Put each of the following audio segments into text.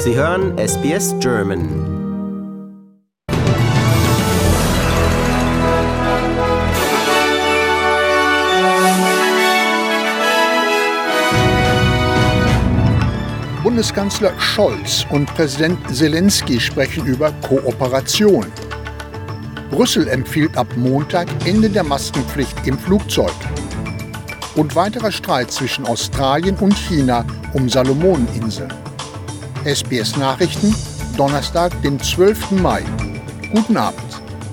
Sie hören SBS German. Bundeskanzler Scholz und Präsident Zelensky sprechen über Kooperation. Brüssel empfiehlt ab Montag Ende der Maskenpflicht im Flugzeug. Und weiterer Streit zwischen Australien und China um Salomoneninseln. SBS Nachrichten, Donnerstag, den 12. Mai. Guten Abend.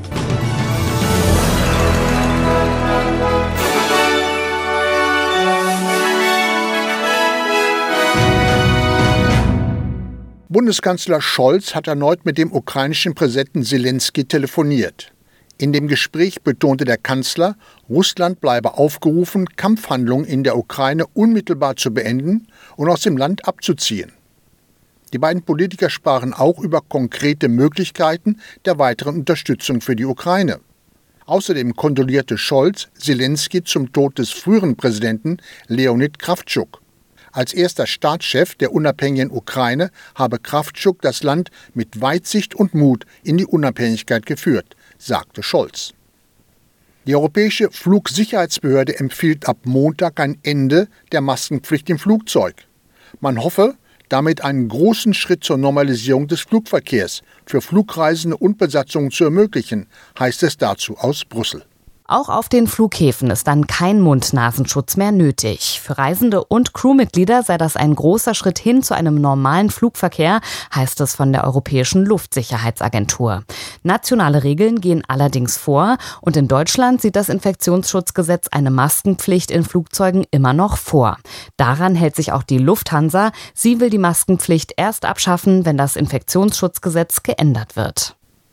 Bundeskanzler Scholz hat erneut mit dem ukrainischen Präsidenten Zelensky telefoniert. In dem Gespräch betonte der Kanzler, Russland bleibe aufgerufen, Kampfhandlungen in der Ukraine unmittelbar zu beenden und aus dem Land abzuziehen. Die beiden Politiker sprachen auch über konkrete Möglichkeiten der weiteren Unterstützung für die Ukraine. Außerdem kondolierte Scholz Zelensky zum Tod des früheren Präsidenten Leonid Krawtschuk. Als erster Staatschef der unabhängigen Ukraine habe Krawtschuk das Land mit Weitsicht und Mut in die Unabhängigkeit geführt, sagte Scholz. Die Europäische Flugsicherheitsbehörde empfiehlt ab Montag ein Ende der Maskenpflicht im Flugzeug. Man hoffe, damit einen großen Schritt zur Normalisierung des Flugverkehrs für Flugreisende und Besatzungen zu ermöglichen, heißt es dazu aus Brüssel. Auch auf den Flughäfen ist dann kein Mund-Nasenschutz mehr nötig. Für Reisende und Crewmitglieder sei das ein großer Schritt hin zu einem normalen Flugverkehr, heißt es von der Europäischen Luftsicherheitsagentur. Nationale Regeln gehen allerdings vor und in Deutschland sieht das Infektionsschutzgesetz eine Maskenpflicht in Flugzeugen immer noch vor. Daran hält sich auch die Lufthansa. Sie will die Maskenpflicht erst abschaffen, wenn das Infektionsschutzgesetz geändert wird.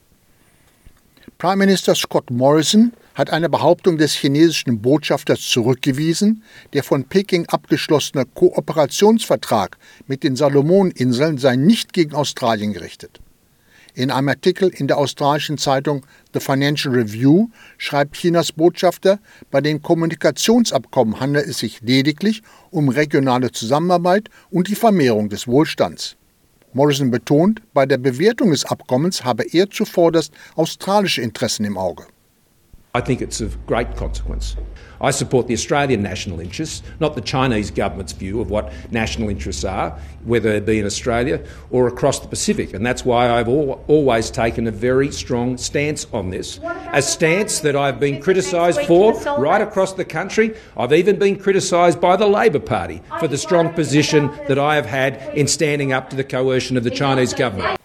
Prime Minister Scott Morrison hat eine Behauptung des chinesischen Botschafters zurückgewiesen, der von Peking abgeschlossene Kooperationsvertrag mit den Salomoneninseln sei nicht gegen Australien gerichtet. In einem Artikel in der australischen Zeitung The Financial Review schreibt Chinas Botschafter, bei den Kommunikationsabkommen handle es sich lediglich um regionale Zusammenarbeit und die Vermehrung des Wohlstands. Morrison betont, bei der Bewertung des Abkommens habe er zuvorderst australische Interessen im Auge. I think it's of great consequence. I support the Australian national interests, not the Chinese government's view of what national interests are, whether it be in Australia or across the Pacific. And that's why I've always taken a very strong stance on this. A stance that I've been criticised for right across the country. I've even been criticised by the Labor Party for the strong position that I have had in standing up to the coercion of the Chinese government.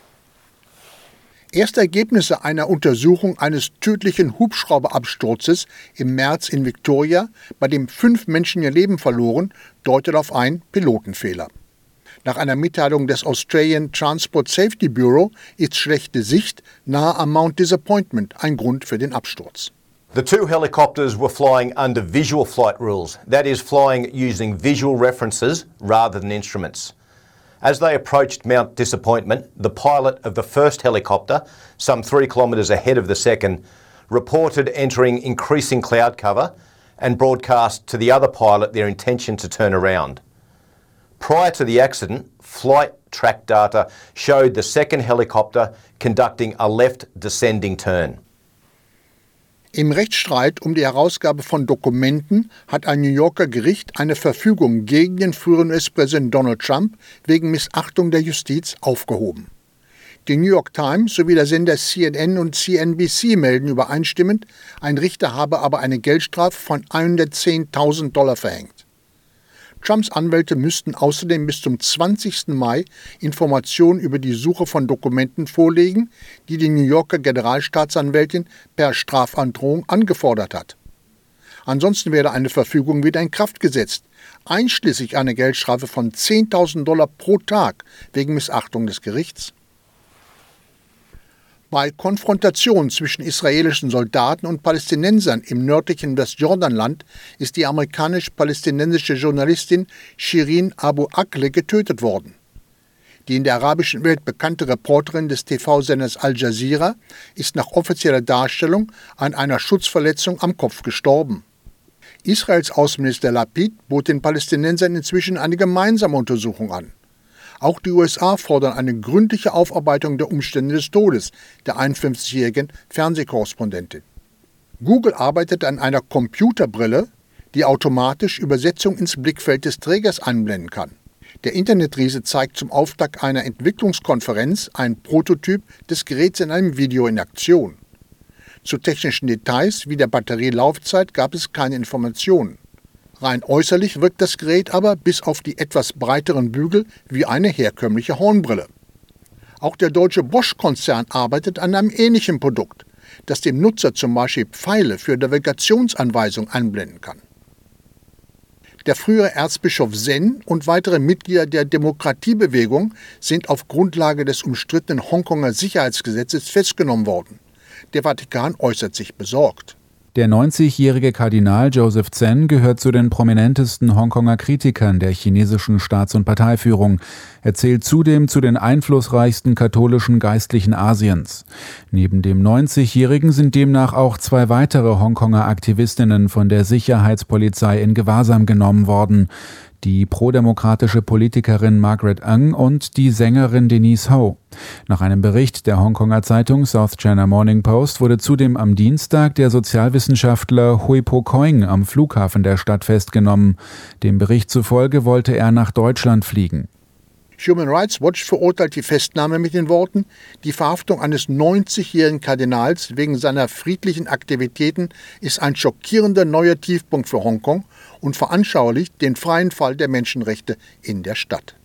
Erste Ergebnisse einer Untersuchung eines tödlichen Hubschrauberabsturzes im März in Victoria, bei dem 5 Menschen ihr Leben verloren, deutet auf einen Pilotenfehler. Nach einer Mitteilung des Australian Transport Safety Bureau ist schlechte Sicht nahe am Mount Disappointment ein Grund für den Absturz. The 2 helicopters were flying under visual flight rules, that is, flying using visual references rather than instruments. As they approached Mount Disappointment, the pilot of the first helicopter, some 3 kilometres ahead of the second, reported entering increasing cloud cover and broadcast to the other pilot their intention to turn around. Prior to the accident, flight track data showed the second helicopter conducting a left descending turn. Im Rechtsstreit um die Herausgabe von Dokumenten hat ein New Yorker Gericht eine Verfügung gegen den früheren US-Präsidenten Donald Trump wegen Missachtung der Justiz aufgehoben. Die New York Times sowie der Sender CNN und CNBC melden übereinstimmend, ein Richter habe aber eine Geldstrafe von $110.000 verhängt. Trumps Anwälte müssten außerdem bis zum 20. Mai Informationen über die Suche von Dokumenten vorlegen, die die New Yorker Generalstaatsanwältin per Strafandrohung angefordert hat. Ansonsten werde eine Verfügung wieder in Kraft gesetzt, einschließlich einer Geldstrafe von $10.000 pro Tag wegen Missachtung des Gerichts. Bei Konfrontationen zwischen israelischen Soldaten und Palästinensern im nördlichen Westjordanland ist die amerikanisch-palästinensische Journalistin Shirin Abu Akleh getötet worden. Die in der arabischen Welt bekannte Reporterin des TV-Senders Al Jazeera ist nach offizieller Darstellung an einer Schussverletzung am Kopf gestorben. Israels Außenminister Lapid bot den Palästinensern inzwischen eine gemeinsame Untersuchung an. Auch die USA fordern eine gründliche Aufarbeitung der Umstände des Todes der 51-jährigen Fernsehkorrespondentin. Google arbeitet an einer Computerbrille, die automatisch Übersetzung ins Blickfeld des Trägers einblenden kann. Der Internetriese zeigt zum Auftakt einer Entwicklungskonferenz einen Prototyp des Geräts in einem Video in Aktion. Zu technischen Details wie der Batterielaufzeit gab es keine Informationen. Rein äußerlich wirkt das Gerät aber bis auf die etwas breiteren Bügel wie eine herkömmliche Hornbrille. Auch der deutsche Bosch-Konzern arbeitet an einem ähnlichen Produkt, das dem Nutzer zum Beispiel Pfeile für Navigationsanweisungen einblenden kann. Der frühere Erzbischof Zen und weitere Mitglieder der Demokratiebewegung sind auf Grundlage des umstrittenen Hongkonger Sicherheitsgesetzes festgenommen worden. Der Vatikan äußert sich besorgt. Der 90-jährige Kardinal Joseph Zen gehört zu den prominentesten Hongkonger Kritikern der chinesischen Staats- und Parteiführung. Er zählt zudem zu den einflussreichsten katholischen Geistlichen Asiens. Neben dem 90-jährigen sind demnach auch 2 weitere Hongkonger Aktivistinnen von der Sicherheitspolizei in Gewahrsam genommen worden. Die prodemokratische Politikerin Margaret Ng und die Sängerin Denise Ho. Nach einem Bericht der Hongkonger Zeitung South China Morning Post wurde zudem am Dienstag der Sozialwissenschaftler Hui Po Koing am Flughafen der Stadt festgenommen. Dem Bericht zufolge wollte er nach Deutschland fliegen. Human Rights Watch verurteilt die Festnahme mit den Worten: Die Verhaftung eines 90-jährigen Kardinals wegen seiner friedlichen Aktivitäten ist ein schockierender neuer Tiefpunkt für Hongkong und veranschaulicht den freien Fall der Menschenrechte in der Stadt.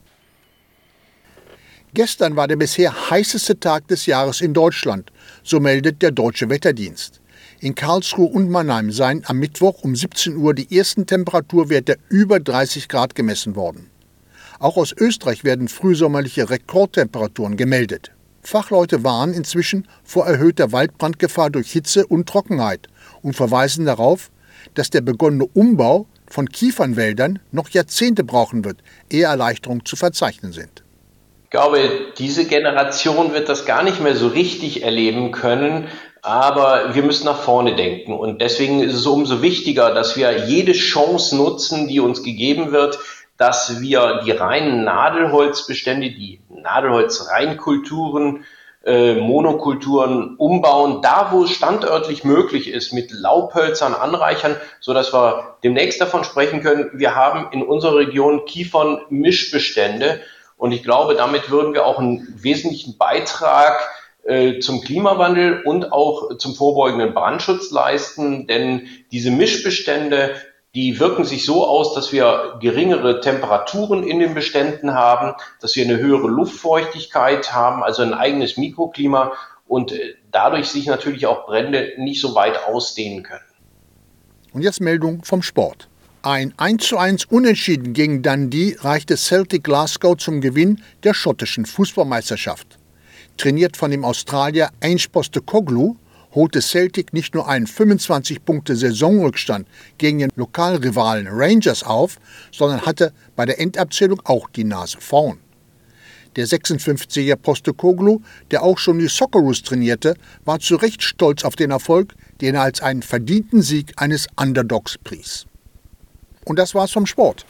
Gestern war der bisher heißeste Tag des Jahres in Deutschland, so meldet der Deutsche Wetterdienst. In Karlsruhe und Mannheim seien am Mittwoch um 17 Uhr die ersten Temperaturwerte über 30 Grad gemessen worden. Auch aus Österreich werden frühsommerliche Rekordtemperaturen gemeldet. Fachleute warnen inzwischen vor erhöhter Waldbrandgefahr durch Hitze und Trockenheit und verweisen darauf, dass der begonnene Umbau von Kiefernwäldern noch Jahrzehnte brauchen wird, ehe Erleichterungen zu verzeichnen sind. Ich glaube, diese Generation wird das gar nicht mehr so richtig erleben können, aber wir müssen nach vorne denken. Und deswegen ist es umso wichtiger, dass wir jede Chance nutzen, die uns gegeben wird, dass wir die reinen Nadelholzbestände, die Nadelholzreinkulturen, Monokulturen umbauen, da wo es standörtlich möglich ist, mit Laubhölzern anreichern, sodass wir demnächst davon sprechen können, wir haben in unserer Region Kiefernmischbestände und ich glaube, damit würden wir auch einen wesentlichen Beitrag zum Klimawandel und auch zum vorbeugenden Brandschutz leisten, denn diese Mischbestände, die wirken sich so aus, dass wir geringere Temperaturen in den Beständen haben, dass wir eine höhere Luftfeuchtigkeit haben, also ein eigenes Mikroklima und dadurch sich natürlich auch Brände nicht so weit ausdehnen können. Und jetzt Meldung vom Sport. Ein 1:1 Unentschieden gegen Dundee reichte Celtic Glasgow zum Gewinn der schottischen Fußballmeisterschaft. Trainiert von dem Australier Ange Postecoglou holte Celtic nicht nur einen 25-Punkte-Saisonrückstand gegen den Lokalrivalen Rangers auf, sondern hatte bei der Endabzählung auch die Nase vorn. Der 56-jährige Postecoglou, der auch schon die Socceroos trainierte, war zu Recht stolz auf den Erfolg, den er als einen verdienten Sieg eines Underdogs pries. Und das war's vom Sport.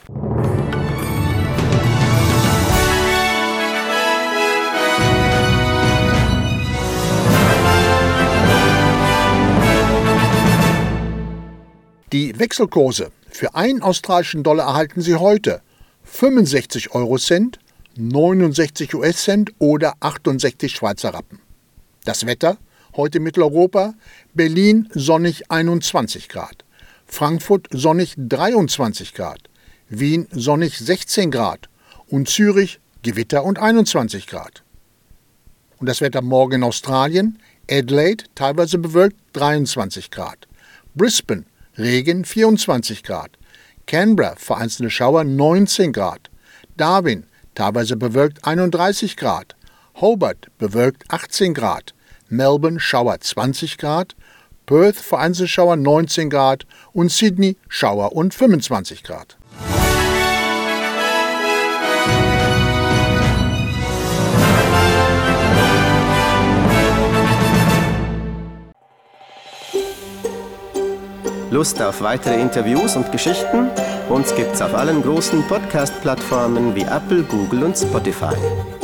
Die Wechselkurse. Für einen australischen Dollar erhalten Sie heute 65 Eurocent, 69 US-Cent oder 68 Schweizer Rappen. Das Wetter, heute Mitteleuropa, Berlin sonnig 21 Grad, Frankfurt sonnig 23 Grad, Wien sonnig 16 Grad und Zürich Gewitter und 21 Grad. Und das Wetter morgen in Australien, Adelaide teilweise bewölkt 23 Grad, Brisbane Regen 24 Grad, Canberra vereinzelte Schauer 19 Grad, Darwin teilweise bewölkt 31 Grad, Hobart bewölkt 18 Grad, Melbourne Schauer 20 Grad, Perth vereinzelte Schauer 19 Grad und Sydney Schauer und 25 Grad. Lust auf weitere Interviews und Geschichten? Uns gibt's auf allen großen Podcast-Plattformen wie Apple, Google und Spotify.